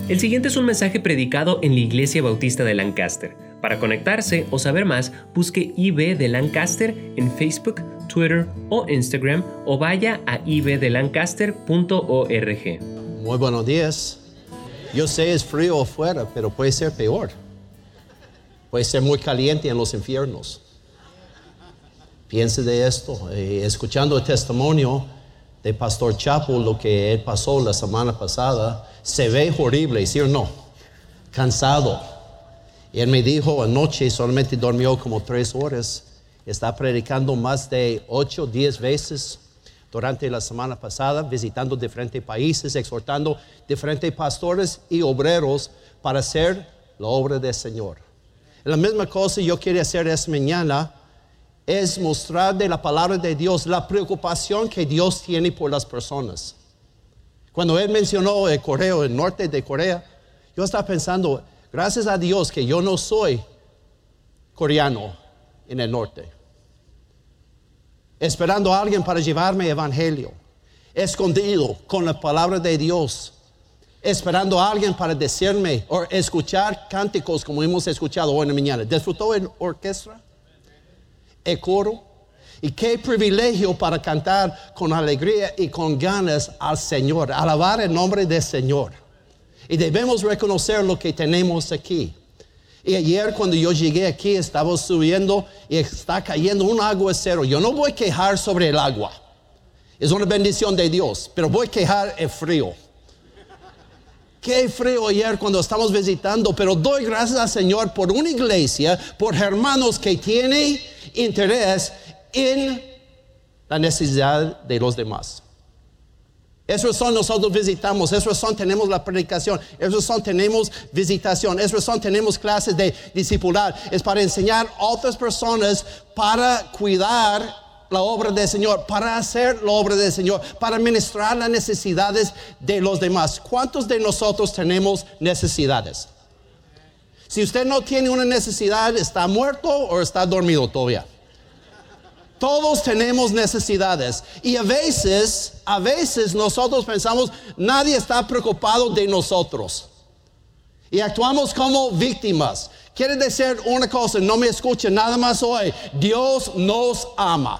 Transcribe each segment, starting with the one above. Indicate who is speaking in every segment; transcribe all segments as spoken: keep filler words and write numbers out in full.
Speaker 1: El siguiente es un mensaje predicado en la Iglesia Bautista de Lancaster. Para conectarse o saber más, busque I B de Lancaster en Facebook, Twitter o Instagram o vaya a i b de lancaster punto org.
Speaker 2: Muy buenos días. Yo sé es frío afuera, pero puede ser peor. Puede ser muy caliente en los infiernos. Piense de esto. Eh, escuchando el testimonio de Pastor Chapo, lo que él pasó la semana pasada, se ve horrible, ¿sí o no? Cansado. Y él me dijo anoche, solamente durmió como tres horas. Está predicando más de ocho, diez veces durante la semana pasada, visitando diferentes países, exhortando diferentes pastores y obreros para hacer la obra del Señor. La misma cosa yo quiero hacer esta mañana es mostrar de la palabra de Dios la preocupación que Dios tiene por las personas. Cuando él mencionó el Corea, el norte de Corea, yo estaba pensando, gracias a Dios que yo no soy coreano en el norte. Esperando a alguien para llevarme el evangelio, escondido con la palabra de Dios, esperando a alguien para decirme o escuchar cánticos como hemos escuchado hoy en la mañana. ¿Disfrutó el orquesta? El coro. Y qué privilegio para cantar con alegría y con ganas al Señor, alabar el nombre del Señor. Y debemos reconocer lo que tenemos aquí. Y ayer cuando yo llegué aquí estaba subiendo y está cayendo un aguacero. Yo no voy a quejar sobre el agua. Es una bendición de Dios, pero voy a quejar el frío. Qué frío ayer cuando estamos visitando, pero doy gracias al Señor por una iglesia, por hermanos que tienen interés en la necesidad de los demás. Esos son nosotros visitamos, esos son tenemos la predicación, esos son tenemos visitación, esos son tenemos clases de discipular. Es para enseñar a otras personas para cuidar la obra del Señor, para hacer la obra del Señor, para ministrar las necesidades de los demás. ¿Cuántos de nosotros tenemos necesidades? Si usted no tiene una necesidad, ¿está muerto o está dormido todavía? Todos tenemos necesidades y a veces, a veces nosotros pensamos, nadie está preocupado de nosotros y actuamos como víctimas. Quiere decir una cosa, no me escuchen nada más hoy, Dios nos ama.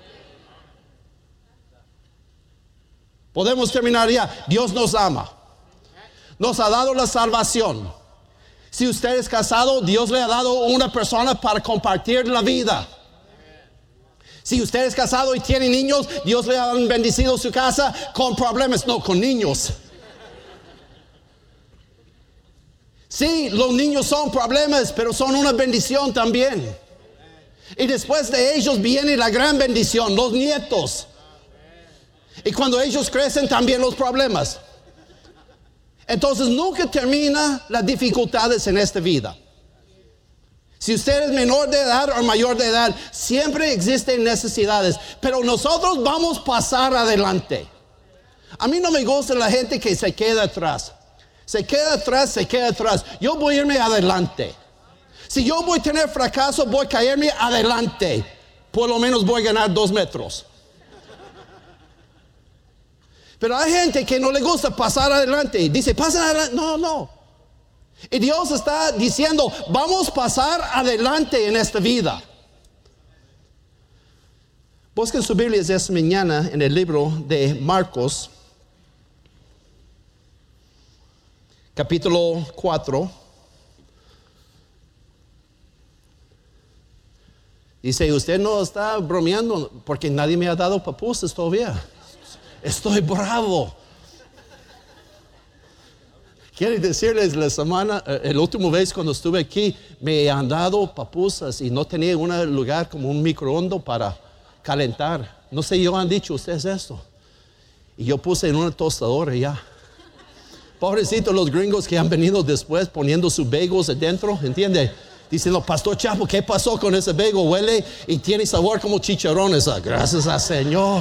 Speaker 2: Podemos terminar ya, Dios nos ama. Nos ha dado la salvación. Si usted es casado, Dios le ha dado una persona para compartir la vida. Si usted es casado y tiene niños, Dios le ha bendecido su casa con problemas, no, con niños. Sí, los niños son problemas, pero son una bendición también. Y después de ellos viene la gran bendición, los nietos. Y cuando ellos crecen, también los problemas. Entonces nunca termina las dificultades en esta vida. Si usted es menor de edad o mayor de edad, siempre existen necesidades, pero nosotros vamos a pasar adelante. A mí no me gusta la gente que se queda atrás. Se queda atrás, se queda atrás. Yo voy a irme adelante. Si yo voy a tener fracaso, voy a caerme adelante. Por lo menos voy a ganar dos metros. Pero hay gente que no le gusta pasar adelante. Dice, pasa adelante. No, no. Y Dios está diciendo, vamos a pasar adelante en esta vida. Busquen sus Biblias esta mañana en el libro de Marcos, capítulo cuatro. Dice, usted no está bromeando porque nadie me ha dado papusas todavía. Estoy bravo. Quiero decirles, la semana, el último vez cuando estuve aquí, me han dado papusas y no tenía un lugar como un microondas para calentar. No sé, yo han dicho ustedes esto. Y yo puse en una tostadora ya. Pobrecitos los gringos que han venido después poniendo sus bagels adentro, ¿entiende? Diciendo, Pastor Chapo, ¿qué pasó con ese bagel? Huele y tiene sabor como chicharrones. Gracias al Señor.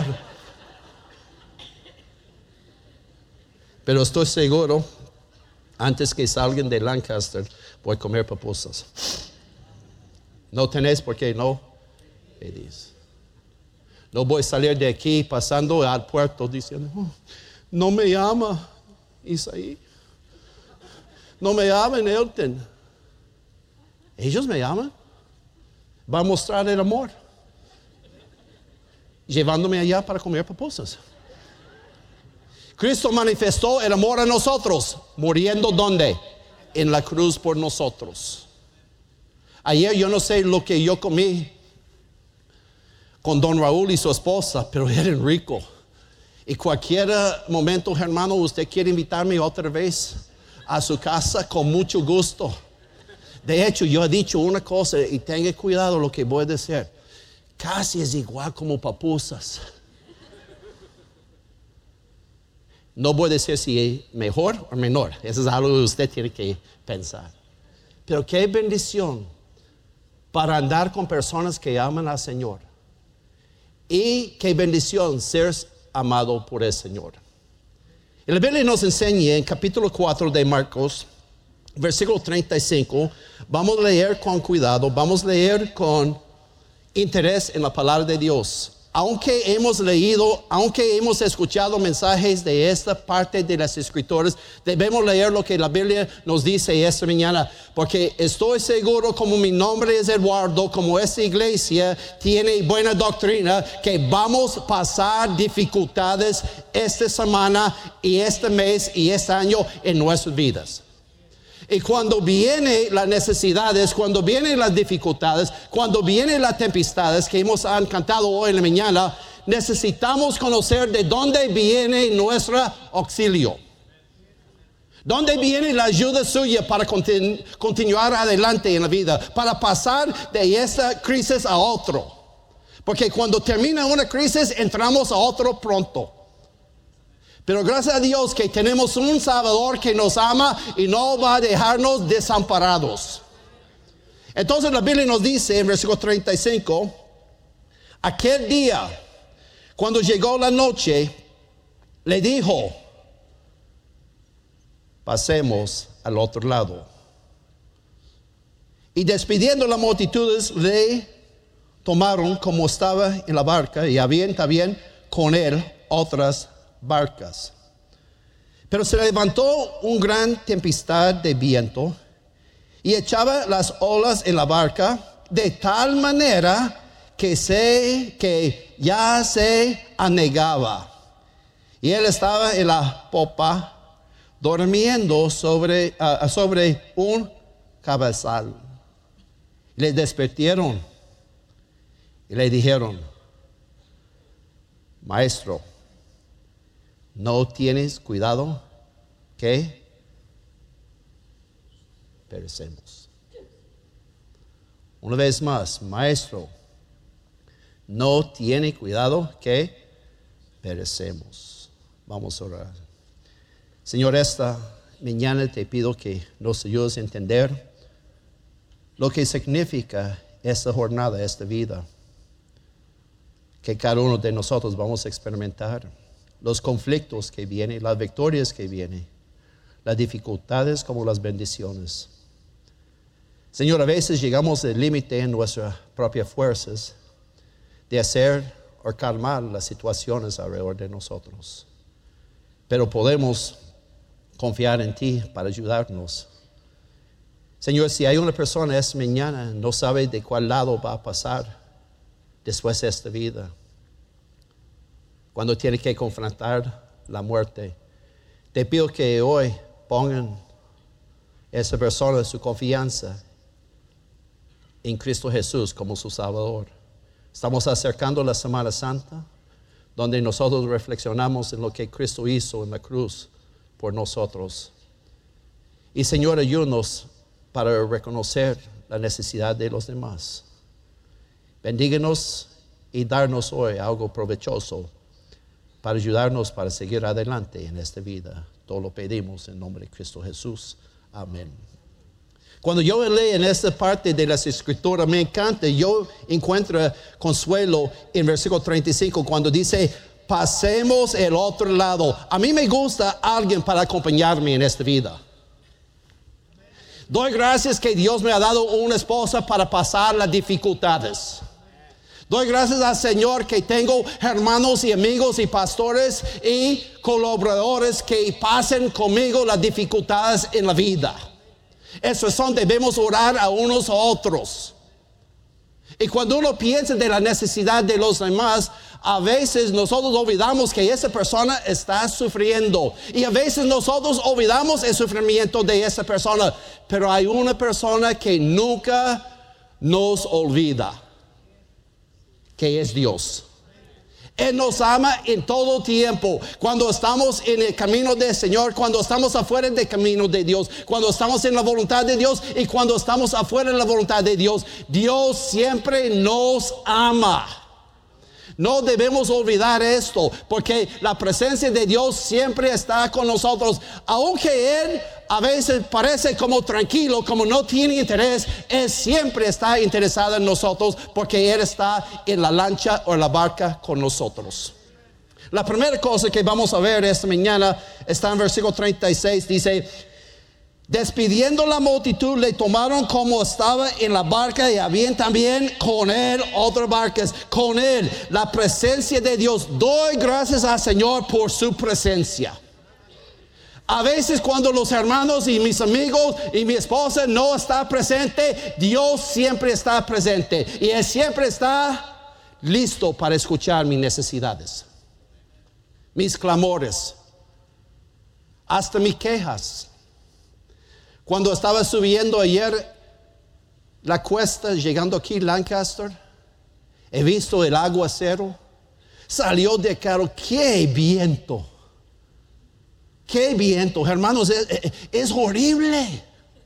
Speaker 2: Pero estoy seguro, antes que salgan de Lancaster, voy a comer pupusas. No tenés por qué no pedir. No voy a salir de aquí pasando al puerto diciendo, oh, no me ama Isaí. no me aman, Elton. Ellos me aman. Va a mostrar el amor. Llevándome allá para comer pupusas. Cristo manifestó el amor a nosotros. Muriendo ¿dónde? En la cruz por nosotros. Ayer yo no sé lo que yo comí con don Raúl y su esposa, pero eran ricos. Y cualquier momento, hermano, usted quiere invitarme otra vez a su casa, con mucho gusto. De hecho, yo he dicho una cosa y tenga cuidado lo que voy a decir. Casi es igual como pupusas. No voy a decir si es mejor o menor. Eso es algo que usted tiene que pensar. Pero qué bendición para andar con personas que aman al Señor. Y qué bendición ser amado por el Señor. Y la Biblia nos enseña en capítulo cuatro de Marcos, versículo treinta y cinco. Vamos a leer con cuidado, vamos a leer con interés en la palabra de Dios. Aunque hemos leído, aunque hemos escuchado mensajes de esta parte de las Escrituras, debemos leer lo que la Biblia nos dice esta mañana, porque estoy seguro, como mi nombre es Eduardo, como esta iglesia tiene buena doctrina, que vamos a pasar dificultades esta semana y este mes y este año en nuestras vidas. Y cuando vienen las necesidades, cuando vienen las dificultades, cuando vienen las tempestades que hemos cantado hoy en la mañana, necesitamos conocer de dónde viene nuestro auxilio. ¿Dónde viene la ayuda suya para continu- continuar adelante en la vida? Para pasar de esta crisis a otro. Porque cuando termina una crisis, entramos a otro pronto. Pero gracias a Dios que tenemos un Salvador que nos ama y no va a dejarnos desamparados. Entonces la Biblia nos dice en versículo treinta y cinco, aquel día, cuando llegó la noche, le dijo, pasemos al otro lado. Y despidiendo las multitudes, le tomaron como estaba en la barca y habían también con él otras barcas. Pero se levantó un gran tempestad de viento y echaba las olas en la barca de tal manera que se que ya se anegaba. Y él estaba en la popa durmiendo sobre, uh, sobre un cabezal. Le despertaron y le dijeron, maestro, ¿no tienes cuidado que perecemos? Una vez más, maestro, ¿no tiene cuidado que perecemos? Vamos a orar. Señor, esta mañana te pido que nos ayudes a entender lo que significa esta jornada, esta vida, que cada uno de nosotros vamos a experimentar. Los conflictos que vienen, las victorias que vienen, las dificultades como las bendiciones. Señor, a veces llegamos al límite en nuestras propias fuerzas de hacer o calmar las situaciones alrededor de nosotros. Pero podemos confiar en ti para ayudarnos. Señor, si hay una persona esta mañana no sabe de cuál lado va a pasar después de esta vida, cuando tiene que confrontar la muerte, te pido que hoy pongan esa persona su confianza en Cristo Jesús como su Salvador. Estamos acercando la Semana Santa, donde nosotros reflexionamos en lo que Cristo hizo en la cruz por nosotros. Y Señor, ayúdanos para reconocer la necesidad de los demás. Bendíguenos y darnos hoy algo provechoso para ayudarnos para seguir adelante en esta vida. Todo lo pedimos en nombre de Cristo Jesús. Amén. Cuando yo leo en esta parte de las Escrituras, me encanta, yo encuentro consuelo en versículo treinta y cinco, cuando dice, pasemos el otro lado. A mí me gusta alguien para acompañarme en esta vida. Doy gracias que Dios me ha dado una esposa para pasar las dificultades. Doy gracias al Señor que tengo hermanos y amigos y pastores y colaboradores que pasen conmigo las dificultades en la vida. Eso es donde debemos orar a unos a otros. Y cuando uno piensa de la necesidad de los demás, a veces nosotros olvidamos que esa persona está sufriendo. Y a veces nosotros olvidamos el sufrimiento de esa persona. Pero hay una persona que nunca nos olvida, que es Dios. Él nos ama en todo tiempo. Cuando estamos en el camino del Señor, cuando estamos afuera del camino de Dios, cuando estamos en la voluntad de Dios y cuando estamos afuera de la voluntad de Dios, Dios siempre nos ama. No debemos olvidar esto, porque la presencia de Dios siempre está con nosotros. Aunque Él a veces parece como tranquilo, como no tiene interés, Él siempre está interesado en nosotros, porque Él está en la lancha o en la barca con nosotros. La primera cosa que vamos a ver esta mañana está en versículo treinta y seis, dice: despidiendo la multitud, le tomaron como estaba en la barca, y habían también con él otras barcas. Con él, la presencia de Dios. Doy gracias al Señor por su presencia. A veces cuando los hermanos y mis amigos y mi esposa no está presente, Dios siempre está presente. Y Él siempre está listo para escuchar mis necesidades, mis clamores, hasta mis quejas. Cuando estaba subiendo ayer la cuesta, llegando aquí a Lancaster, he visto el aguacero. Salió de carro. ¡Qué viento! ¡Qué viento! Hermanos, es, es horrible.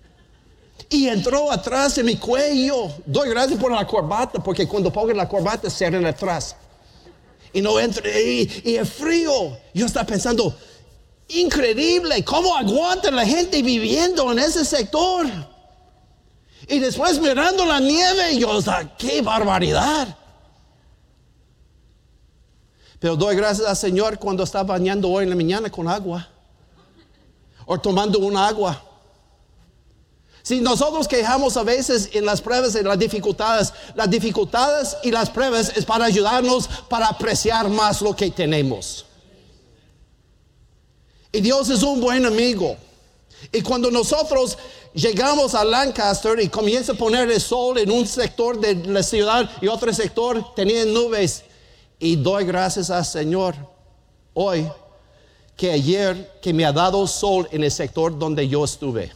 Speaker 2: Y entró atrás de mi cuello. Doy gracias por la corbata, porque cuando pongo la corbata cierran atrás. Y no entra. Y, y el frío. Yo estaba pensando, increíble, cómo aguanta la gente viviendo en ese sector. Y después mirando la nieve, yo, o sea, qué barbaridad. Pero doy gracias al Señor cuando está bañando hoy en la mañana con agua, o tomando un agua. Si nosotros quejamos a veces en las pruebas, en las dificultades, las dificultades y las pruebas es para ayudarnos para apreciar más lo que tenemos. Y Dios es un buen amigo. Y cuando nosotros llegamos a Lancaster y comienza a poner el sol en un sector de la ciudad y otro sector tenían nubes, y doy gracias al Señor hoy que ayer que me ha dado sol en el sector donde yo estuve.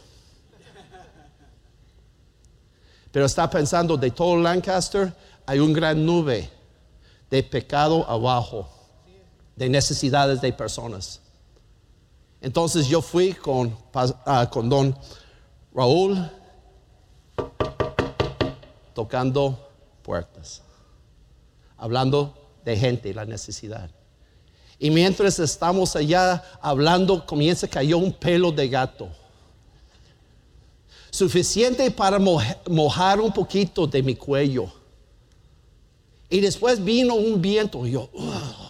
Speaker 2: Pero está pensando, de todo Lancaster hay una gran nube de pecado abajo, de necesidades de personas. Entonces yo fui con, uh, con don Raúl, tocando puertas, hablando de gente y la necesidad. Y mientras estamos allá hablando, comienza a caer un pelo de gato, suficiente para mojar un poquito de mi cuello. Y después vino un viento y yo, uh,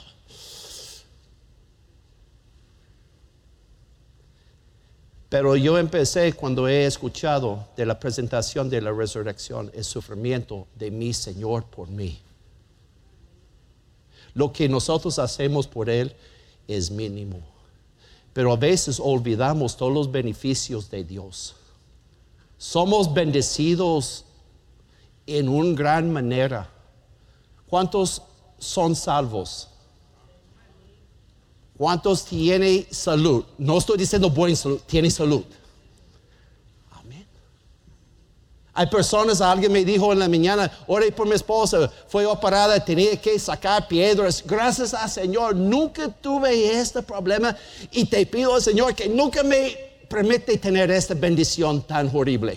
Speaker 2: pero yo empecé cuando he escuchado de la presentación de la resurrección, el sufrimiento de mi Señor por mí. Lo que nosotros hacemos por Él es mínimo. Pero a veces olvidamos todos los beneficios de Dios. Somos bendecidos en una gran manera. ¿Cuántos son salvos? ¿Cuántos tienen salud? No estoy diciendo buena salud, tienen salud. Amén. Hay personas, alguien me dijo en la mañana, oré por mi esposa, fue operada, tenía que sacar piedras. Gracias al Señor, nunca tuve este problema, y te pido al Señor que nunca me permite tener esta bendición tan horrible.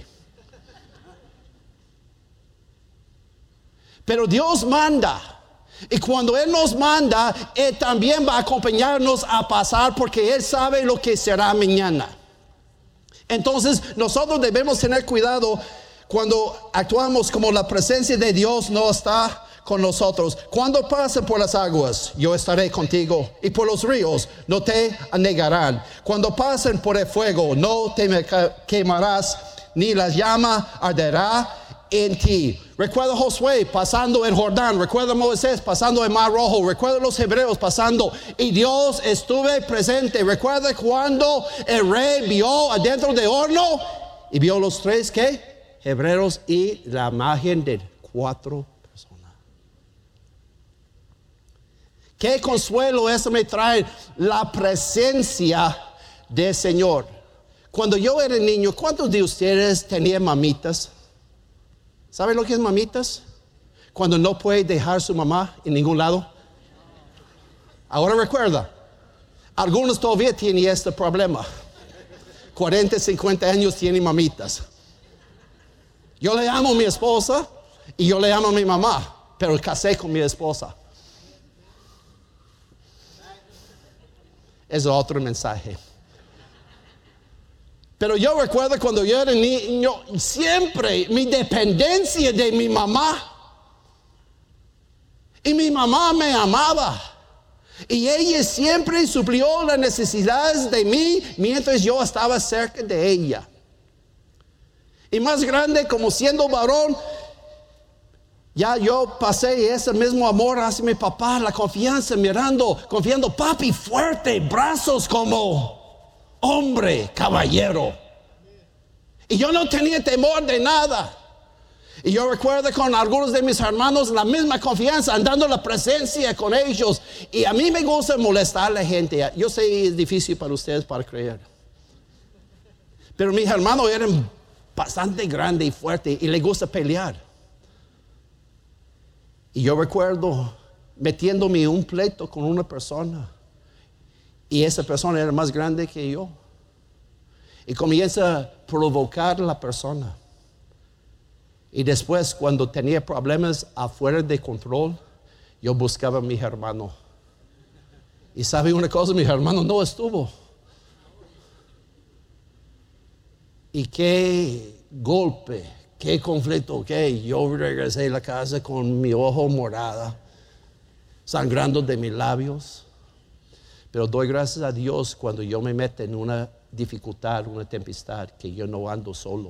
Speaker 2: Pero Dios manda. Y cuando Él nos manda, Él también va a acompañarnos a pasar, porque Él sabe lo que será mañana. Entonces nosotros debemos tener cuidado cuando actuamos como la presencia de Dios no está con nosotros. Cuando pasen por las aguas, yo estaré contigo, y por los ríos no te anegarán. Cuando pasen por el fuego, no te quemarás, ni la llama arderá en ti. Recuerda Josué pasando el Jordán, recuerda Moisés pasando el Mar Rojo, recuerda los hebreos pasando y Dios estuvo presente. Recuerda cuando el rey vio adentro del horno y vio los tres ¿qué? Hebreos y la imagen de cuatro personas. Qué consuelo eso me trae, la presencia del Señor. Cuando yo era niño, ¿cuántos de ustedes tenían mamitas? ¿Saben lo que es mamitas? Cuando no puede dejar su mamá en ningún lado. Ahora recuerda, algunos todavía tienen este problema. cuarenta, cincuenta años tienen mamitas. Yo le amo a mi esposa y yo le amo a mi mamá, pero casé con mi esposa. Es otro mensaje. Pero yo recuerdo cuando yo era niño, siempre mi dependencia de mi mamá. Y mi mamá me amaba. Y ella siempre suplió las necesidades de mí mientras yo estaba cerca de ella. Y más grande, como siendo varón, ya yo pasé ese mismo amor hacia mi papá, la confianza, mirando, confiando, papi fuerte, brazos como hombre, caballero. Y yo no tenía temor de nada. Y yo recuerdo con algunos de mis hermanos la misma confianza, andando en la presencia con ellos. Y a mí me gusta molestar a la gente. Yo sé que es difícil para ustedes para creer. Pero mis hermanos eran bastante grandes y fuertes y les gusta pelear. Y yo recuerdo metiéndome en un pleito con una persona. Y esa persona era más grande que yo. Y comienza a provocar a la persona. Y después, cuando tenía problemas afuera de control, yo buscaba a mi hermano. Y sabe una cosa, mi hermano no estuvo. Y qué golpe, qué conflicto, que yo regresé a la casa con mi ojo morada, sangrando de mis labios. Pero doy gracias a Dios cuando yo me meto en una dificultad, una tempestad, que yo no ando solo.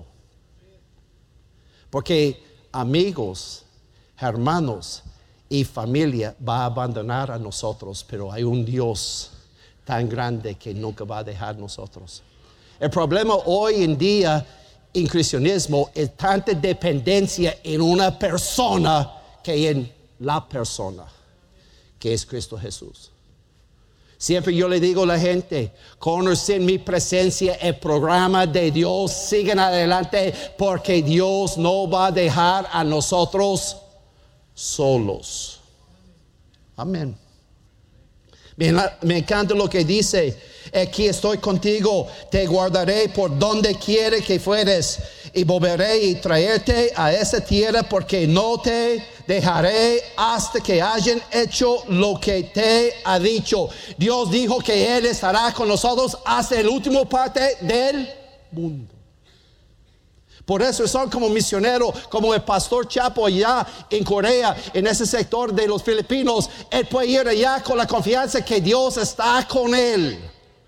Speaker 2: Porque amigos, hermanos y familia va a abandonar a nosotros, pero hay un Dios tan grande que nunca va a dejar nosotros. El problema hoy en día en cristianismo es tanta dependencia en una persona que en la persona, que es Cristo Jesús. Siempre yo le digo a la gente, conocen mi presencia, el programa de Dios, sigan adelante porque Dios no va a dejar a nosotros solos. Amén. Me, me encanta lo que dice, aquí estoy contigo, te guardaré por donde quiera que fueres y volveré y traerte a esa tierra porque no te dejaré hasta que hayan hecho lo que te ha dicho. Dios dijo que Él estará con nosotros hasta el último parte del mundo. Por eso son como misioneros, como el pastor Chapo allá en Corea, en ese sector de los filipinos. Él puede ir allá con la confianza que Dios está con él.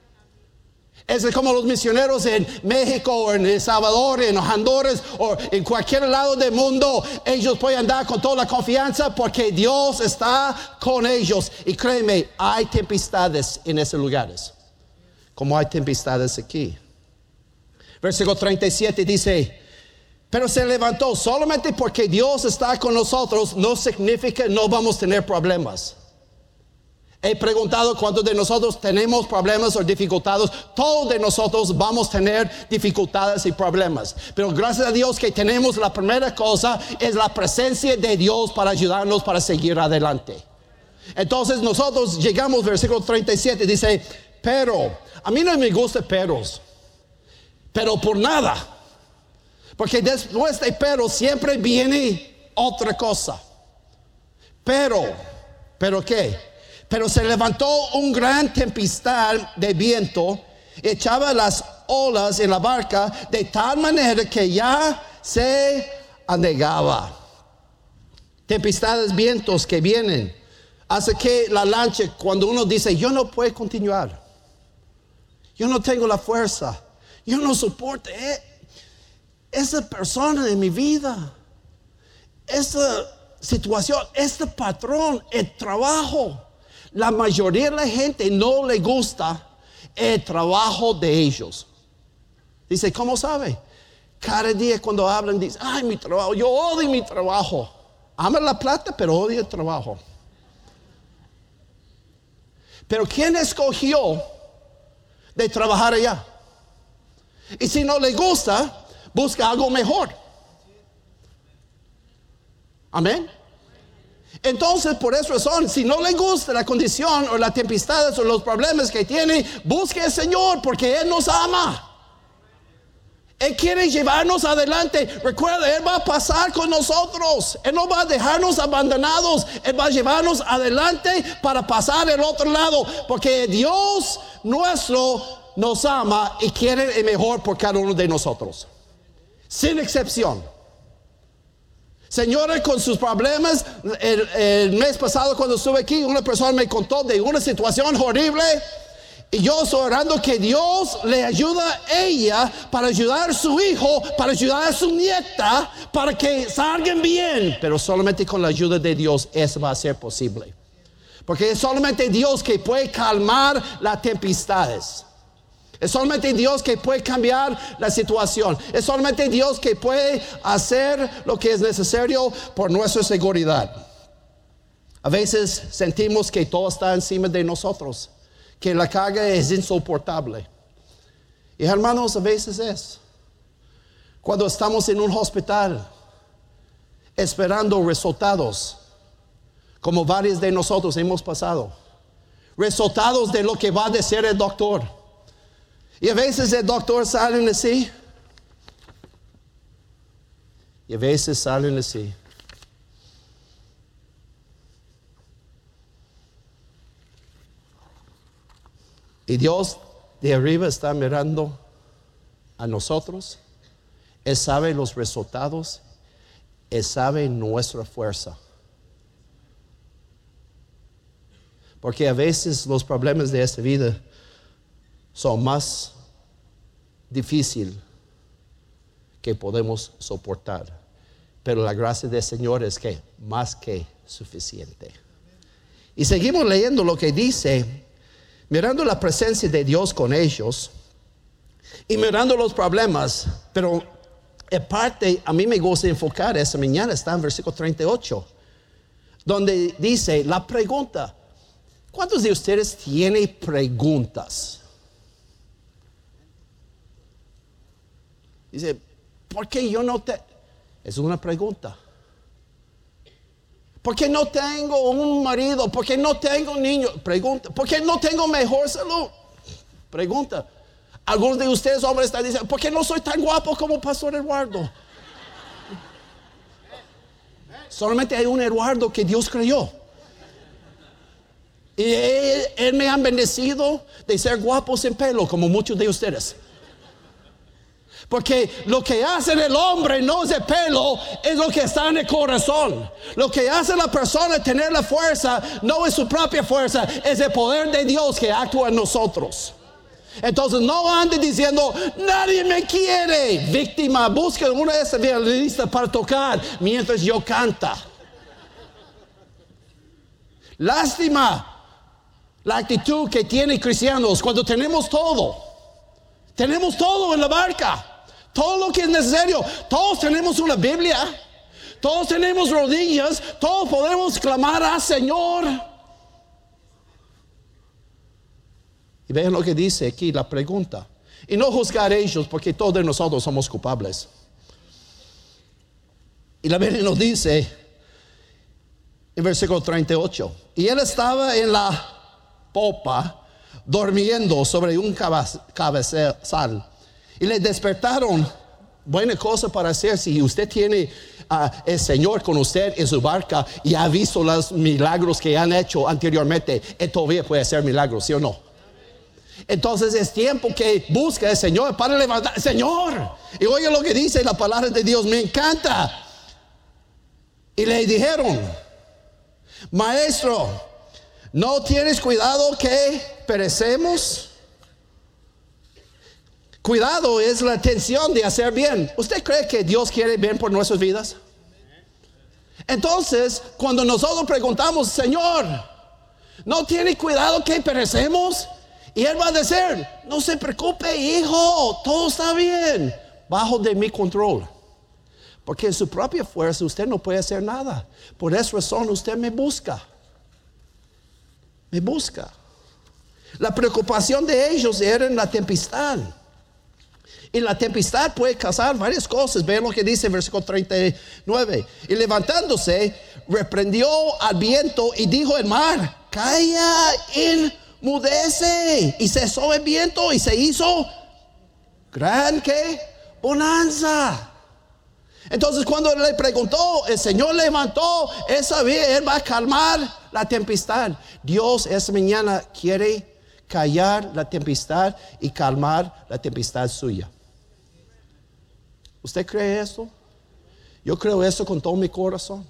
Speaker 2: Es como los misioneros en México, o en El Salvador, en Honduras, o en cualquier lado del mundo. Ellos pueden andar con toda la confianza porque Dios está con ellos. Y créeme, hay tempestades en esos lugares, como hay tempestades aquí. Versículo treinta y siete dice: pero se levantó. Solamente porque Dios está con nosotros no significa no vamos a tener problemas. He preguntado cuántos de nosotros tenemos problemas o dificultades. Todos de nosotros vamos a tener dificultades y problemas. Pero gracias a Dios que tenemos la primera cosa, es la presencia de Dios para ayudarnos para seguir adelante. Entonces nosotros llegamos, versículo treinta y siete, dice: pero, a mí no me gustan peros, pero por nada. Porque después de pero siempre viene otra cosa. Pero, ¿pero qué? Pero se levantó un gran tempestad de viento, echaba las olas en la barca de tal manera que ya se anegaba. Tempestades, vientos que vienen, hace que la lancha, cuando uno dice, yo no puedo continuar, yo no tengo la fuerza, yo no soporto eh, esa persona de mi vida, esta situación, este patrón, el trabajo, la mayoría de la gente no le gusta el trabajo de ellos. Dice, ¿cómo sabe? Cada día cuando hablan, dice, ay, mi trabajo, yo odio mi trabajo. Ama la plata, pero odia el trabajo. Pero ¿quién escogió de trabajar allá? Y si no le gusta, busca algo mejor. Amén. Entonces, por esa razón, si no le gusta la condición o las tempestades o los problemas que tiene, busque al Señor, porque Él nos ama. Él quiere llevarnos adelante. Recuerda, Él va a pasar con nosotros. Él no va a dejarnos abandonados. Él va a llevarnos adelante para pasar al otro lado. Porque Dios nuestro nos ama y quiere el mejor por cada uno de nosotros. Sin excepción. Señores, con sus problemas, el, el mes pasado cuando estuve aquí, una persona me contó de una situación horrible. Y yo estoy orando que Dios le ayude a ella para ayudar a su hijo, para ayudar a su nieta, para que salgan bien. Pero solamente con la ayuda de Dios eso va a ser posible. Porque es solamente Dios que puede calmar las tempestades. Es solamente Dios que puede cambiar la situación. Es solamente Dios que puede hacer lo que es necesario por nuestra seguridad. A veces sentimos que todo está encima de nosotros, que la carga es insoportable. Y hermanos, a veces es. Cuando estamos en un hospital esperando resultados, como varios de nosotros hemos pasado, resultados de lo que va a decir el doctor. Y a veces el doctor sale así, y a veces salen así. Y Dios de arriba está mirando a nosotros. Él sabe los resultados. Él sabe nuestra fuerza. Porque a veces los problemas de esta vida son más difíciles que podemos soportar. Pero la gracia del Señor es que más que suficiente. Y seguimos leyendo lo que dice. Mirando la presencia de Dios con ellos y mirando los problemas, pero en parte a mí me gusta enfocar esta mañana, está en versículo treinta y ocho, donde dice la pregunta. ¿Cuántos de ustedes tienen preguntas? Dice, ¿por qué yo no te...? Es una pregunta. ¿Por qué no tengo un marido? ¿Por qué no tengo niños? Pregunta. ¿Por qué no tengo mejor salud? Pregunta. Algunos de ustedes, hombres, están diciendo, ¿por qué no soy tan guapo como Pastor Eduardo? Solamente hay un Eduardo que Dios creó. Y él, él me ha bendecido de ser guapo sin pelo, como muchos de ustedes. Porque lo que hace el hombre no es el pelo, es lo que está en el corazón. Lo que hace la persona tener la fuerza no es su propia fuerza, es el poder de Dios que actúa en nosotros. Entonces no ande diciendo, nadie me quiere. Víctima, busca una de esas violinistas para tocar mientras yo canta. Lástima la actitud que tienen cristianos cuando tenemos todo. Tenemos todo en la barca. Todo lo que es necesario. Todos tenemos una Biblia. Todos tenemos rodillas. Todos podemos clamar al Señor. Y vean lo que dice aquí la pregunta. Y no juzgar a ellos, porque todos nosotros somos culpables. Y la Biblia nos dice en versículo treinta y ocho. Y él estaba en la popa, durmiendo sobre un cabezal. Y le despertaron. Buena cosa para hacer si usted tiene uh, el Señor con usted en su barca y ha visto los milagros que han hecho anteriormente. Él todavía puede hacer milagros, ¿sí o no? Entonces es tiempo que busque al Señor para levantar. Señor, y oiga lo que dice la palabra de Dios, me encanta. Y le dijeron, maestro, ¿no tienes cuidado que perecemos? Cuidado es la intención de hacer bien. ¿Usted cree que Dios quiere bien por nuestras vidas? Entonces, cuando nosotros preguntamos, Señor, ¿no tiene cuidado que perecemos? Y Él va a decir, no se preocupe, hijo, todo está bien, bajo de mi control. Porque en su propia fuerza usted no puede hacer nada. Por esa razón usted me busca. Me busca. La preocupación de ellos era en la tempestad. Y la tempestad puede causar varias cosas. Vean lo que dice el versículo treinta y nueve. Y levantándose, reprendió al viento y dijo al mar, calla, enmudece. Y cesó el viento y se hizo gran ¿qué? Bonanza. Entonces cuando le preguntó, el Señor levantó, Él sabía, Él va a calmar la tempestad. Dios esta mañana quiere callar la tempestad y calmar la tempestad suya. ¿Usted cree esto? Yo creo esto con todo mi corazón.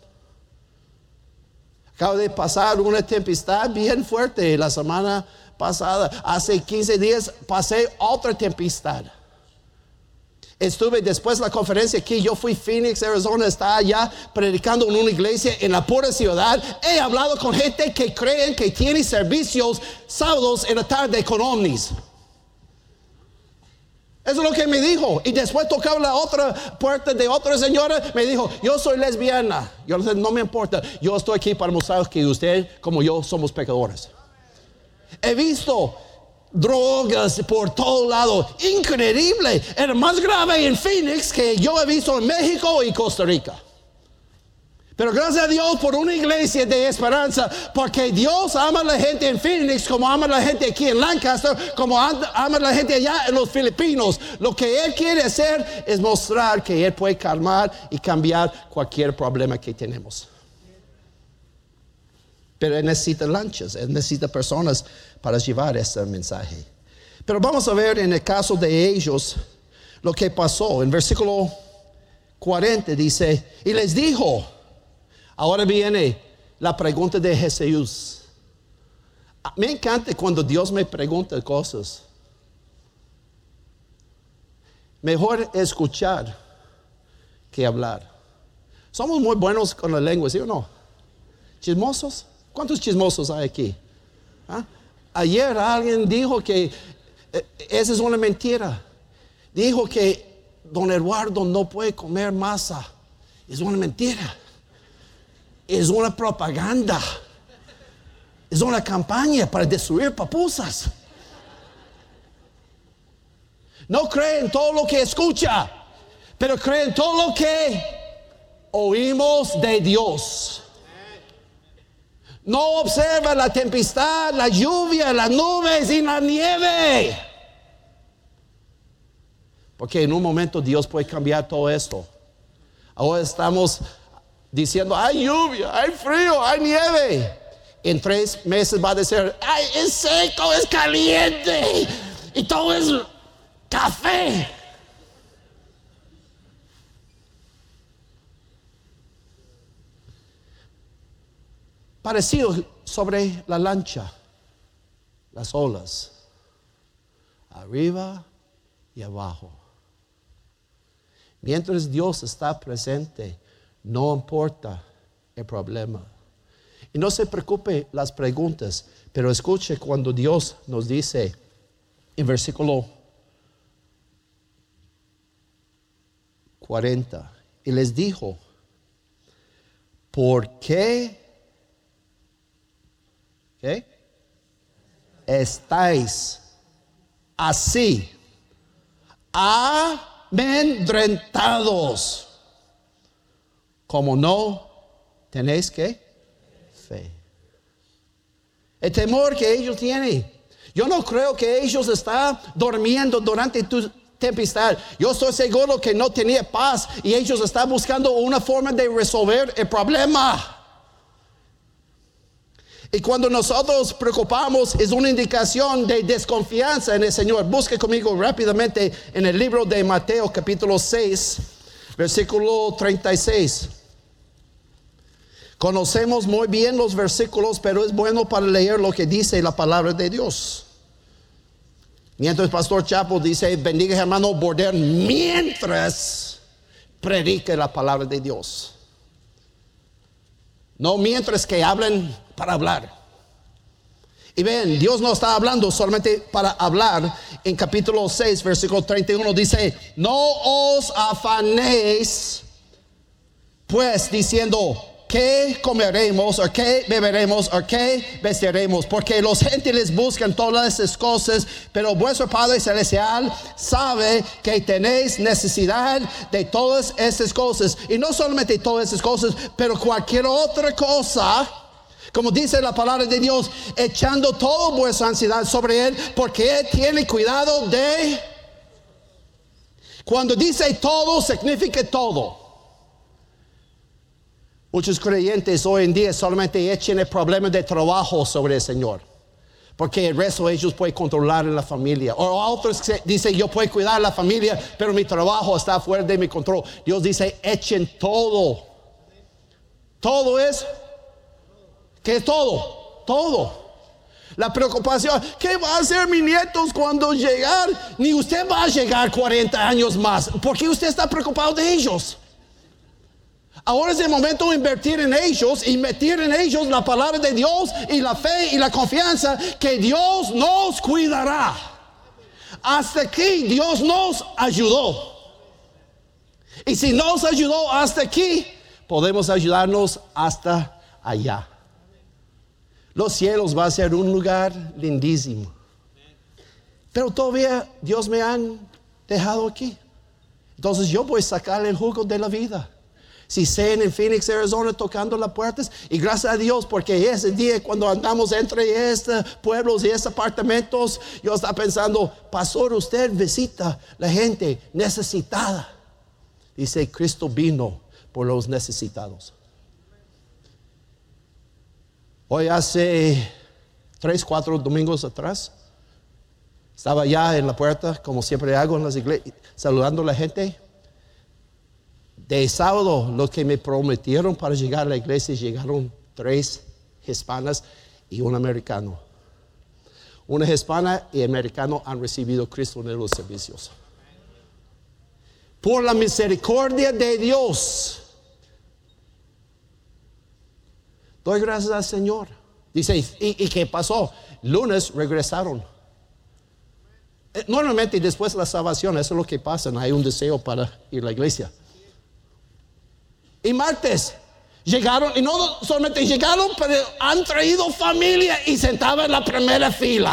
Speaker 2: Acabo de pasar una tempestad bien fuerte la semana pasada. Hace quince días pasé otra tempestad. Estuve después de la conferencia aquí, yo fui a Phoenix, Arizona, estaba allá predicando en una iglesia en la pura ciudad. He hablado con gente que creen que tiene servicios sábados en la tarde con ovnis. Eso es lo que me dijo. Y después tocaba la otra puerta de otra señora, me dijo, yo soy lesbiana. Yo le dije, no me importa, yo estoy aquí para mostrar que usted como yo somos pecadores. He visto drogas por todo lado, increíble. Era más grave en Phoenix que yo he visto en México y Costa Rica. Pero gracias a Dios por una iglesia de esperanza, porque Dios ama a la gente en Phoenix como ama a la gente aquí en Lancaster, como ama a la gente allá en los Filipinos. Lo que Él quiere hacer es mostrar que Él puede calmar y cambiar cualquier problema que tenemos. Pero Él necesita lanchas, Él necesita personas para llevar este mensaje. Pero vamos a ver en el caso de ellos lo que pasó. En versículo cuarenta dice, y les dijo, ahora viene la pregunta de Jesús. Me encanta cuando Dios me pregunta cosas. Mejor escuchar que hablar. Somos muy buenos con la lengua, ¿sí o no? ¿Chismosos? ¿Cuántos chismosos hay aquí? ¿Ah? Ayer alguien dijo que eh, esa es una mentira. Dijo que don Eduardo no puede comer masa. Es una mentira. Es una propaganda. Es una campaña para destruir papusas. No cree en todo lo que escucha, pero cree en todo lo que oímos de Dios. No observa la tempestad, la lluvia, las nubes y la nieve. Porque en un momento Dios puede cambiar todo esto. Ahora estamos diciendo, hay lluvia, hay frío, hay nieve. En tres meses va a decir, ay, es seco, es caliente. Y todo es café. Parecido sobre la lancha, las olas, arriba y abajo. Mientras Dios está presente, no importa el problema. Y no se preocupe las preguntas, pero escuche cuando Dios nos dice en versículo cuarenta, y les dijo, ¿por qué? ¿Qué? Estáis así amedrentados, como no tenéis que fe. El temor que ellos tienen. Yo no creo que ellos están durmiendo durante tu tempestad. Yo estoy seguro que no tenía paz y ellos están buscando una forma de resolver el problema. Y cuando nosotros preocupamos es una indicación de desconfianza en el Señor. Busque conmigo rápidamente en el libro de Mateo capítulo seis, versículo treinta y seis. Conocemos muy bien los versículos, pero es bueno para leer lo que dice la palabra de Dios. Mientras el pastor Chapo dice, bendiga hermano Border, mientras predique la palabra de Dios. No mientras que hablen para hablar. Y ven, Dios no está hablando solamente para hablar. En capítulo seis, versículo treinta y uno dice, no os afanéis pues diciendo, ¿qué comeremos? ¿O qué beberemos? ¿O qué vestiremos? Porque los gentiles buscan todas esas cosas, pero vuestro Padre Celestial sabe que tenéis necesidad de todas esas cosas. Y no solamente todas esas cosas, pero cualquier otra cosa. Como dice la palabra de Dios, echando toda vuestra ansiedad sobre Él, porque Él tiene cuidado de... Cuando dice todo, significa todo. Muchos creyentes hoy en día solamente echan el problema de trabajo sobre el Señor, porque el resto de ellos pueden controlar en la familia. O otros dicen, yo puedo cuidar la familia, pero mi trabajo está fuera de mi control. Dios dice, echen todo. Todo es... ¿Qué es todo? Todo. La preocupación, ¿qué va a hacer mis nietos cuando llegar? Ni usted va a llegar cuarenta años más. ¿Por qué usted está preocupado de ellos? Ahora es el momento de invertir en ellos y meter en ellos la palabra de Dios y la fe y la confianza que Dios nos cuidará. Hasta aquí Dios nos ayudó. Y si nos ayudó hasta aquí, podemos ayudarnos hasta allá. Los cielos va a ser un lugar lindísimo. Pero todavía Dios me han dejado aquí. Entonces yo voy a sacarle el jugo de la vida. Si sean en Phoenix, Arizona, tocando las puertas, y gracias a Dios, porque ese día cuando andamos entre estos pueblos y estos apartamentos, yo estaba pensando, pastor, usted visita la gente necesitada. Dice, Cristo vino por los necesitados. Hoy hace tres, cuatro domingos atrás, estaba ya en la puerta, como siempre hago en las iglesias, saludando a la gente. De sábado, los que me prometieron para llegar a la iglesia, llegaron tres hispanas y un americano. Una hispana y americano han recibido a Cristo en los servicios. Por la misericordia de Dios, doy gracias al Señor. Dice, ¿y, y qué pasó? Lunes regresaron. Normalmente después de la salvación, eso es lo que pasa. Hay un deseo para ir a la iglesia. Y martes llegaron, y no solamente llegaron, pero han traído familia y sentaban en la primera fila.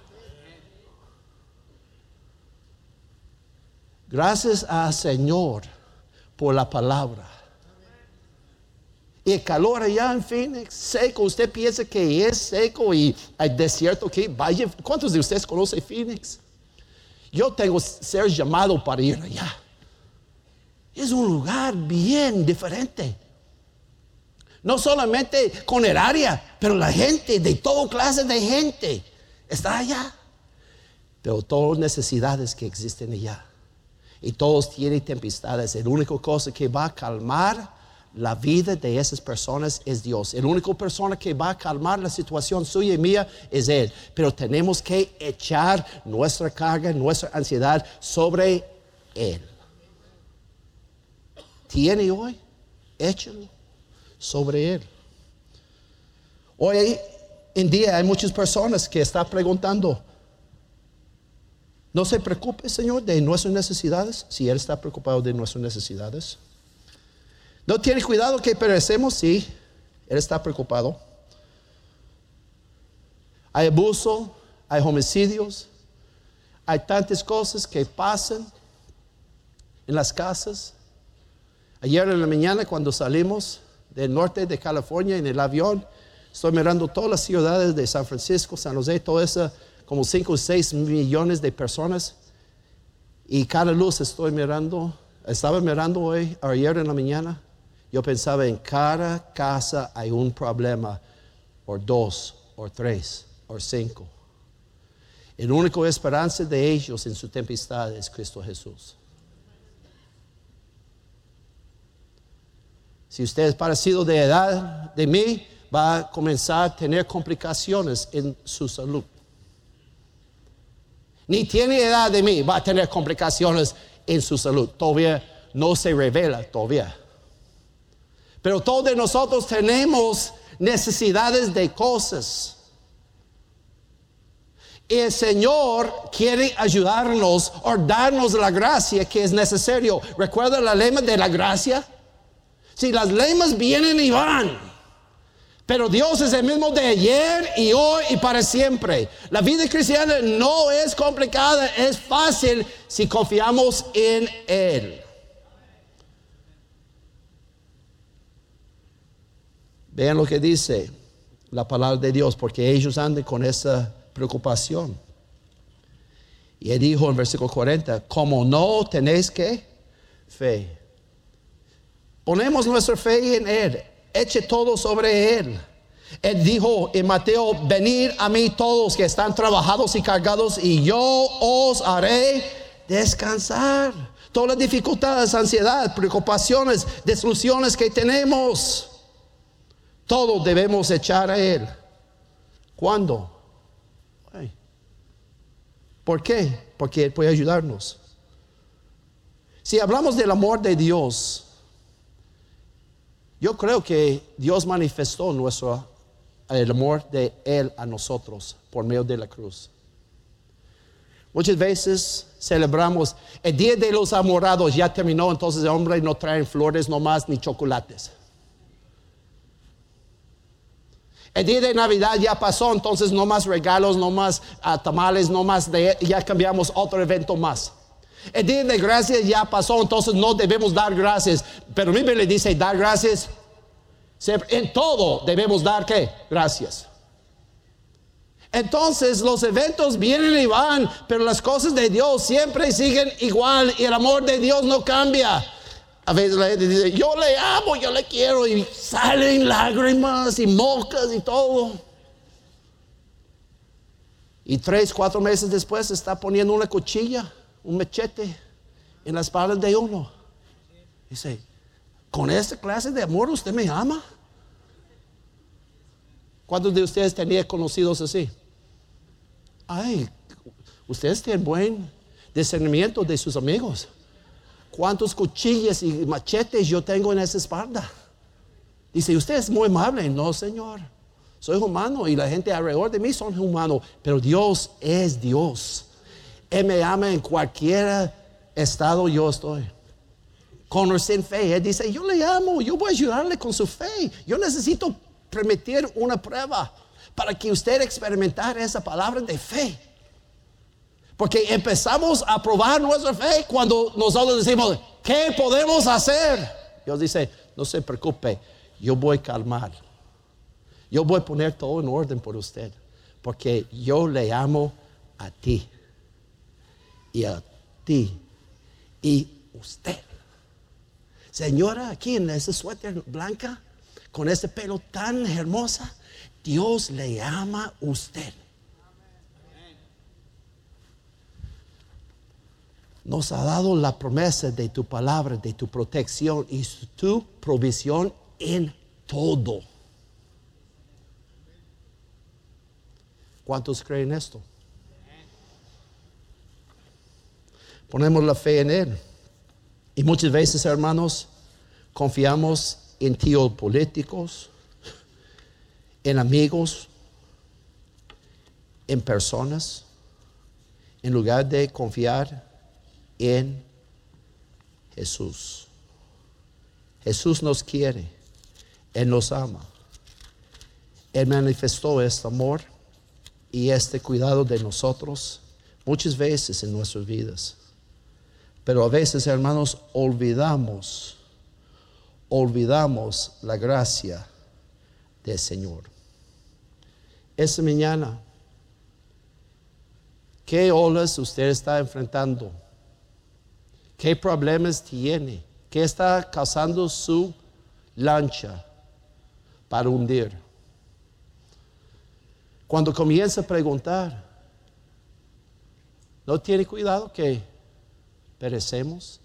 Speaker 2: Gracias al Señor por la palabra. Y el calor allá en Phoenix, seco. Usted piensa que es seco y hay desierto aquí. Vaya, ¿cuántos de ustedes conocen Phoenix? Yo tengo que ser llamado para ir allá. Es un lugar bien diferente. No solamente con el área, pero la gente, de toda clase de gente, está allá. Pero todas las necesidades que existen allá. Y todos tienen tempestades. La única cosa que va a calmar la vida de esas personas es Dios. La única persona que va a calmar la situación suya y mía es Él. Pero tenemos que echar nuestra carga, nuestra ansiedad sobre Él. ¿Tiene hoy? Échalo sobre Él. Hoy en día hay muchas personas que están preguntando, no se preocupe, Señor, de nuestras necesidades. Si Él está preocupado de nuestras necesidades. No tiene cuidado que perecemos. Sí, Él está preocupado. Hay abuso, hay homicidios, hay tantas cosas que pasan en las casas. Ayer en la mañana cuando salimos del norte de California en el avión, estoy mirando todas las ciudades de San Francisco, San José, toda esa, como cinco o seis millones de personas. Y cada luz estoy mirando, estaba mirando hoy, ayer en la mañana. Yo pensaba en cada casa hay un problema, o dos, o tres, o cinco. La única esperanza de ellos en su tempestad es Cristo Jesús. Si usted es parecido de edad de mí, va a comenzar a tener complicaciones en su salud. Ni tiene edad de mí, va a tener complicaciones en su salud. Todavía no se revela, todavía. Pero todos nosotros tenemos necesidades de cosas. Y el Señor quiere ayudarnos o darnos la gracia que es necesario. ¿Recuerda la lema de la gracia? Si las lemas vienen y van, pero Dios es el mismo de ayer y hoy y para siempre. La vida cristiana no es complicada, es fácil si confiamos en Él. Vean lo que dice la palabra de Dios, porque ellos andan con esa preocupación. Y Él dijo en versículo cuarenta, como no tenéis ¿qué? Fe. Ponemos nuestra fe en Él, eche todo sobre Él. Él dijo en Mateo, venid a mí todos que están trabajados y cargados y yo os haré descansar. Todas las dificultades, ansiedad, preocupaciones, desilusiones que tenemos, todo debemos echar a Él. ¿Cuándo? Ay. ¿Por qué? Porque Él puede ayudarnos. Si hablamos del amor de Dios, yo creo que Dios manifestó nuestro, el amor de Él a nosotros por medio de la cruz. Muchas veces celebramos el día de los enamorados, ya terminó, entonces el hombre no trae flores nomás ni chocolates. El día de Navidad ya pasó, entonces no más regalos, no más uh, tamales, no más de, ya cambiamos otro evento más. El día de gracias ya pasó, entonces no debemos dar gracias. Pero mi Biblia dice dar gracias. En todo debemos dar ¿qué? Gracias. Entonces los eventos vienen y van, pero las cosas de Dios siempre siguen igual y el amor de Dios no cambia. A veces la gente dice, yo le amo, yo le quiero, y salen lágrimas y mocas y todo. Y tres, cuatro meses después está poniendo una cuchilla, un machete en la espalda de uno. Dice, ¿con esta clase de amor usted me ama? ¿Cuántos de ustedes tenían conocidos así? Ay, ustedes tienen buen discernimiento de sus amigos. ¿Cuántos cuchillas y machetes yo tengo en esa espalda? Dice, usted es muy amable. No, Señor, soy humano y la gente alrededor de mí son humanos, pero Dios es Dios. Él me ama en cualquier estado yo estoy. Con o sin fe. Él dice, yo le amo, yo voy a ayudarle con su fe. Yo necesito permitir una prueba para que usted experimentara esa palabra de fe. Porque empezamos a probar nuestra fe cuando nosotros decimos, ¿qué podemos hacer? Dios dice, no se preocupe, yo voy a calmar. Yo voy a poner todo en orden por usted. Porque yo le amo a ti. Y a ti. Y usted. Señora, aquí en ese suéter blanca, con ese pelo tan hermosa, Dios le ama a usted. Nos ha dado la promesa de tu palabra, de tu protección y tu provisión en todo. ¿Cuántos creen esto? Ponemos la fe en Él. Y muchas veces, hermanos, confiamos en tíos políticos, en amigos, en personas, en lugar de confiar en Jesús. Jesús nos quiere, Él nos ama. Él manifestó este amor y este cuidado de nosotros muchas veces en nuestras vidas. Pero a veces, hermanos, olvidamos, olvidamos la gracia del Señor. Esta mañana, ¿qué olas usted está enfrentando? ¿Qué problemas tiene? ¿Qué está causando su lancha para hundir? Cuando comienza a preguntar, ¿no tiene cuidado que perecemos?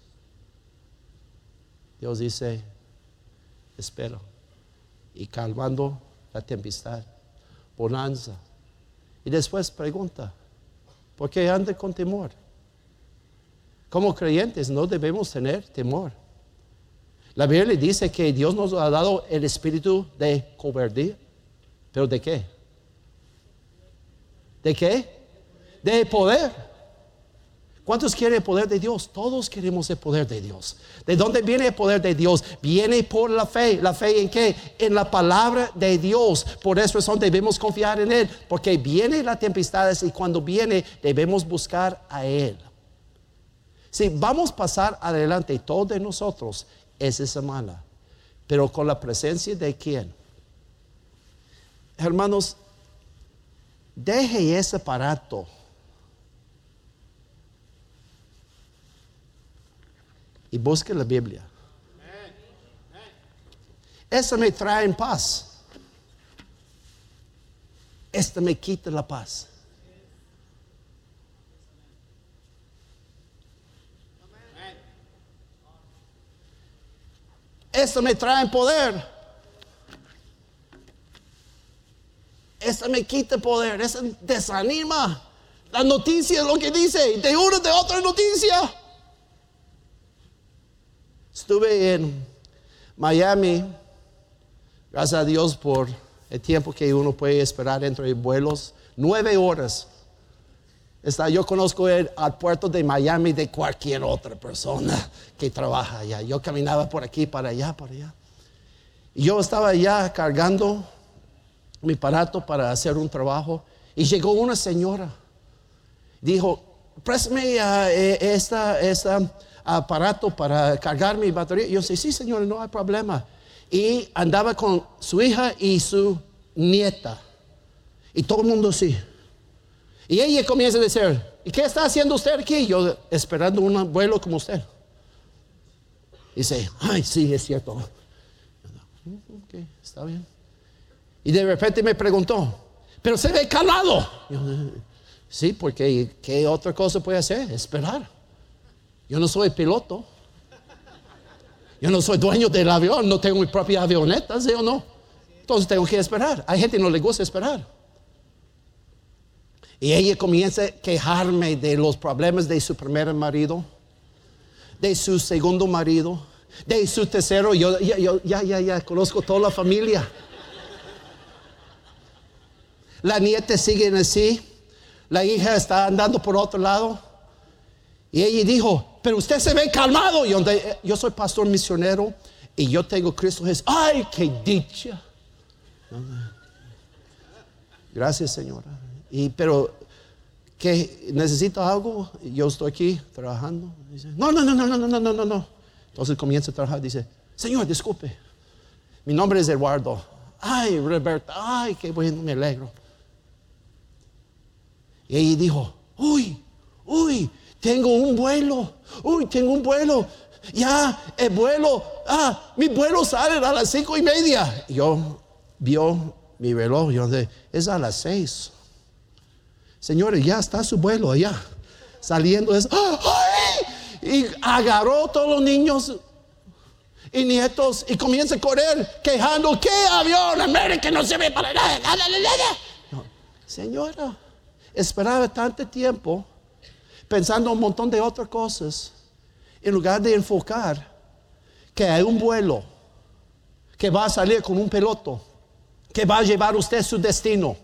Speaker 2: Dios dice, espera, y calmando la tempestad, bonanza. Y después pregunta, ¿por qué anda con temor? Como creyentes no debemos tener temor. La Biblia dice que Dios nos ha dado el espíritu de cobardía. ¿Pero de qué? ¿De qué? De poder. ¿Cuántos quieren el poder de Dios? Todos queremos el poder de Dios. ¿De dónde viene el poder de Dios? Viene por la fe. ¿La fe en qué? En la palabra de Dios. Por esa razón debemos confiar en Él. Porque viene las tempestades y cuando viene debemos buscar a Él. Si vamos a pasar adelante todos de nosotros esa semana, pero con la presencia de ¿quién? Hermanos, deje ese aparato y busque la Biblia. Eso me trae paz. Esto me quita la paz. Esto me trae poder. Esto me quita poder. Eso desanima. La noticia es lo que dice. De una de otra noticia. Estuve en Miami. Gracias a Dios por el tiempo que uno puede esperar entre vuelos. Nueve horas. Está, yo conozco el, al puerto de Miami de cualquier otra persona que trabaja allá. Yo caminaba por aquí, para allá, para allá. Y yo estaba allá cargando mi aparato para hacer un trabajo. Y llegó una señora. Dijo, préstame uh, esta, esta aparato para cargar mi batería. Y yo dije, sí señora, no hay problema. Y andaba con su hija y su nieta. Y todo el mundo así. Y ella comienza a decir, ¿y qué está haciendo usted aquí? Yo esperando un vuelo como usted. Dice, ay, sí, es cierto. Ok, está bien. Y de repente me preguntó, pero se ve calado. Yo, sí, porque ¿qué otra cosa puede hacer? Esperar. Yo no soy piloto. Yo no soy dueño del avión, no tengo mi propia avioneta, ¿sí o no? Entonces tengo que esperar. Hay gente que no le gusta esperar. Y ella comienza a quejarme de los problemas de su primer marido, de su segundo marido, de su tercero. Yo ya, yo, ya, ya, ya conozco toda la familia. La nieta sigue así. La hija está andando por otro lado. Y ella dijo, pero usted se ve calmado. Yo, yo soy pastor misionero y yo tengo Cristo Jesús. ¡Ay, qué dicha! Gracias, señora. Y, pero, ¿qué? ¿Necesito algo? Yo estoy aquí trabajando. Dice, no, no, no, no, no, no, no, no, no. Entonces comienza a trabajar. Dice, señor, disculpe. Mi nombre es Eduardo. Ay, Roberta. Ay, qué bueno, me alegro. Y ella dijo, uy, uy, tengo un vuelo. Uy, tengo un vuelo. Ya, el vuelo. Ah, mi vuelo sale a las cinco y media. Y yo vio mi reloj. Yo dije, es a las seis. Señores, ya está su vuelo allá. Saliendo es, ¡ay! Y agarró a todos los niños y nietos y comienza a correr quejando, ¿qué avión? América no se ve para nada. No, señora, esperaba tanto tiempo pensando un montón de otras cosas en lugar de enfocar que hay un vuelo que va a salir con un piloto que va a llevar a usted a su destino.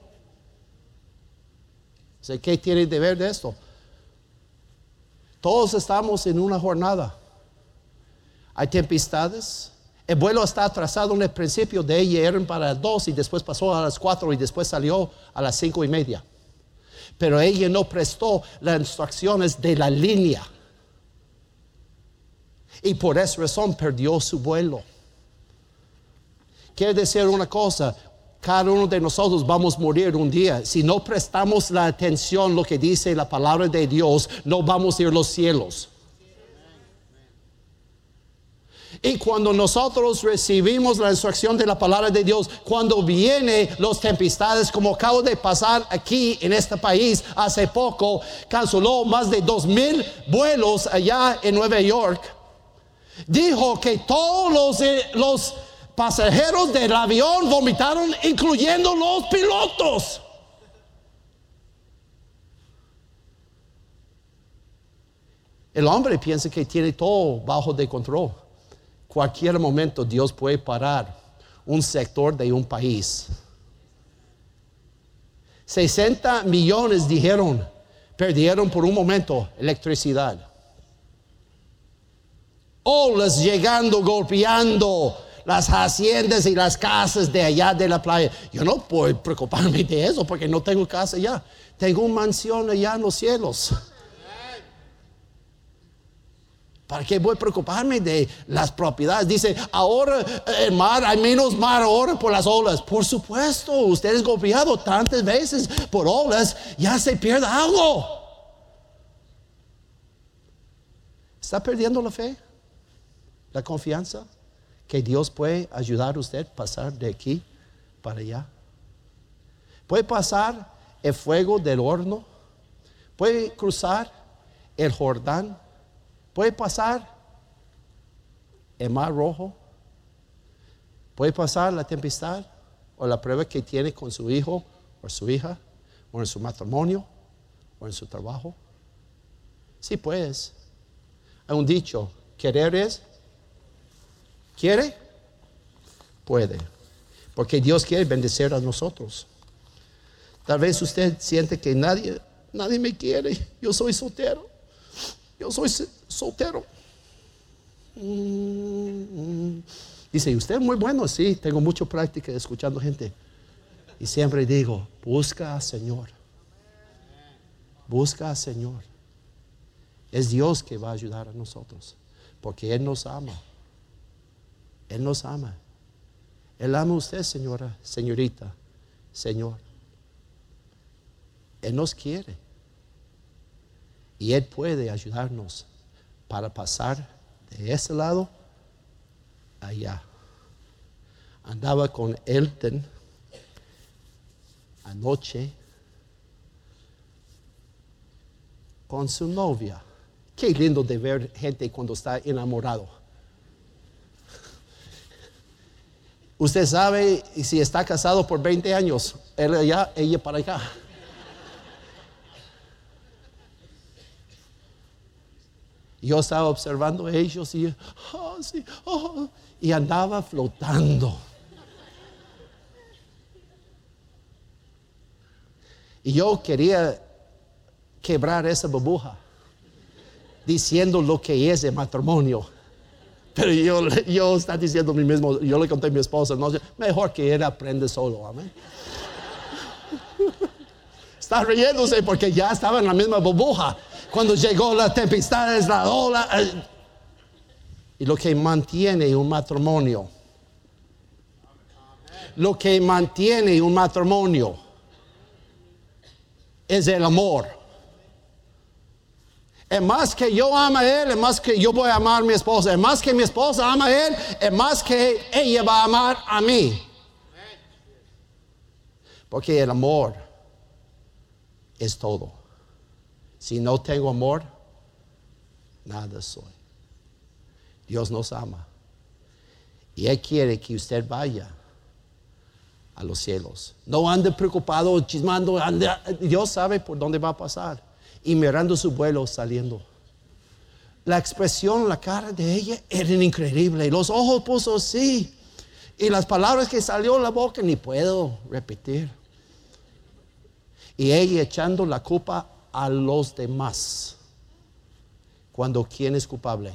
Speaker 2: ¿Qué tiene de ver de esto? Todos estamos en una jornada. Hay tempestades. El vuelo está atrasado en el principio. De ella eran para las dos y después pasó a las cuatro y después salió a las cinco y media. Pero ella no prestó las instrucciones de la línea. Y por esa razón perdió su vuelo. Quiere decir una cosa. Cada uno de nosotros vamos a morir un día. Si no prestamos la atención a lo que dice la palabra de Dios, no vamos a ir a los cielos. Y cuando nosotros recibimos la instrucción de la palabra de Dios, cuando vienen las tempestades, como acabo de pasar aquí en este país hace poco, canceló más de dos mil vuelos allá en Nueva York. Dijo que todos los, eh, los pasajeros del avión vomitaron, incluyendo los pilotos. El hombre piensa que tiene todo bajo de control. cualquier momento Dios puede parar un sector de un país. sesenta millones dijeron, perdieron por un momento electricidad. Olas llegando, golpeando las haciendas y las casas de allá de la playa. Yo no puedo preocuparme de eso porque no tengo casa allá. Tengo una mansión allá en los cielos. ¿Para qué voy a preocuparme de las propiedades? Dice, ahora el mar, hay menos mar ahora por las olas. Por supuesto, usted es golpeado tantas veces por olas, ya se pierde algo. ¿Está perdiendo la fe? ¿La confianza? Que Dios puede ayudar a usted a pasar de aquí para allá. Puede pasar el fuego del horno. Puede cruzar el Jordán. Puede pasar el mar rojo. Puede pasar la tempestad o la prueba que tiene con su hijo o su hija, o en su matrimonio o en su trabajo. Sí puedes. Hay un dicho, querer es, ¿quiere? Puede. Porque Dios quiere bendecir a nosotros. Tal vez usted siente que nadie, nadie me quiere. Yo soy soltero. Yo soy soltero. Mm, mm. Dice, usted es muy bueno. Sí, tengo mucha práctica escuchando gente. Y siempre digo, busca al Señor. Busca al Señor. Es Dios que va a ayudar a nosotros. Porque Él nos ama. Él nos ama. Él ama a usted, señora, señorita, Señor. Él nos quiere. Y Él puede ayudarnos para pasar de ese lado allá. Andaba con Elton anoche con su novia. Qué lindo de ver gente cuando está enamorado. Usted sabe si está casado por veinte años, él allá, ella para acá. Yo estaba observando a ellos y, oh, sí, oh, y andaba flotando. Y yo quería quebrar esa burbuja, diciendo lo que es el matrimonio. Pero yo, yo estaba diciendo a mí mismo, yo le conté a mi esposa, no, mejor que él aprende solo, amén. Está riéndose porque ya estaba en la misma burbuja. Cuando llegó la tempestad, la ola. Eh, y lo que mantiene un matrimonio, lo que mantiene un matrimonio es el amor. Es más que yo amo a Él, es más que yo voy a amar a mi esposa. Es más que mi esposa ama a Él, es más que ella va a amar a mí. Porque el amor es todo. Si no tengo amor, nada soy. Dios nos ama. Y Él quiere que usted vaya a los cielos. No ande preocupado, chismando. Ande, Dios sabe por dónde va a pasar. Y mirando su vuelo saliendo. La expresión, la cara de ella era increíble. Los ojos puso así. Y las palabras que salió de la boca ni puedo repetir. Y ella echando la culpa a los demás. Cuando ¿quién es culpable?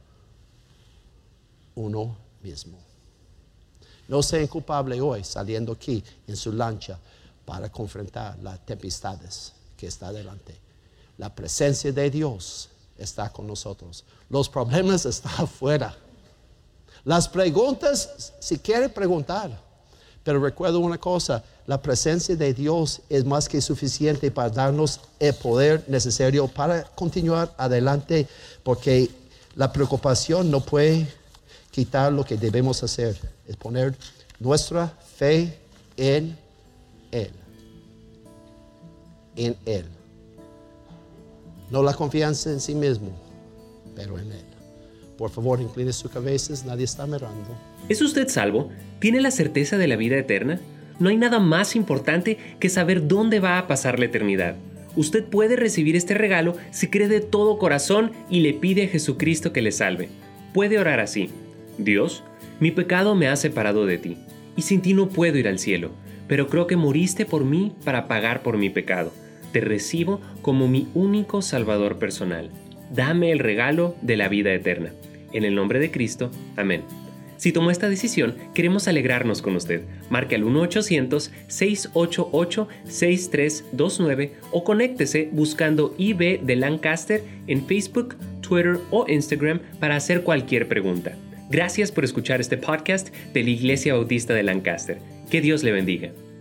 Speaker 2: Uno mismo. No sean culpables hoy saliendo aquí en su lancha para confrontar las tempestades que está delante. La presencia de Dios está con nosotros. Los problemas están afuera. Las preguntas, si quiere preguntar. Pero recuerdo una cosa, la presencia de Dios es más que suficiente para darnos el poder necesario para continuar adelante, porque la preocupación no puede quitar lo que debemos hacer, es poner nuestra fe en Él. En Él. No la confianza en sí mismo, pero en Él. Por favor, incline sus cabezas, nadie está mirando.
Speaker 1: ¿Es usted salvo? ¿Tiene la certeza de la vida eterna? No hay nada más importante que saber dónde va a pasar la eternidad. Usted puede recibir este regalo si cree de todo corazón y le pide a Jesucristo que le salve. Puede orar así: Dios, mi pecado me ha separado de ti, y sin ti no puedo ir al cielo, pero creo que moriste por mí para pagar por mi pecado. Te recibo como mi único Salvador personal. Dame el regalo de la vida eterna. En el nombre de Cristo. Amén. Si tomó esta decisión, queremos alegrarnos con usted. Marque al uno ochocientos, seis ocho ocho, seis tres dos nueve o conéctese buscando I B de Lancaster en Facebook, Twitter o Instagram para hacer cualquier pregunta. Gracias por escuchar este podcast de la Iglesia Bautista de Lancaster. Que Dios le bendiga.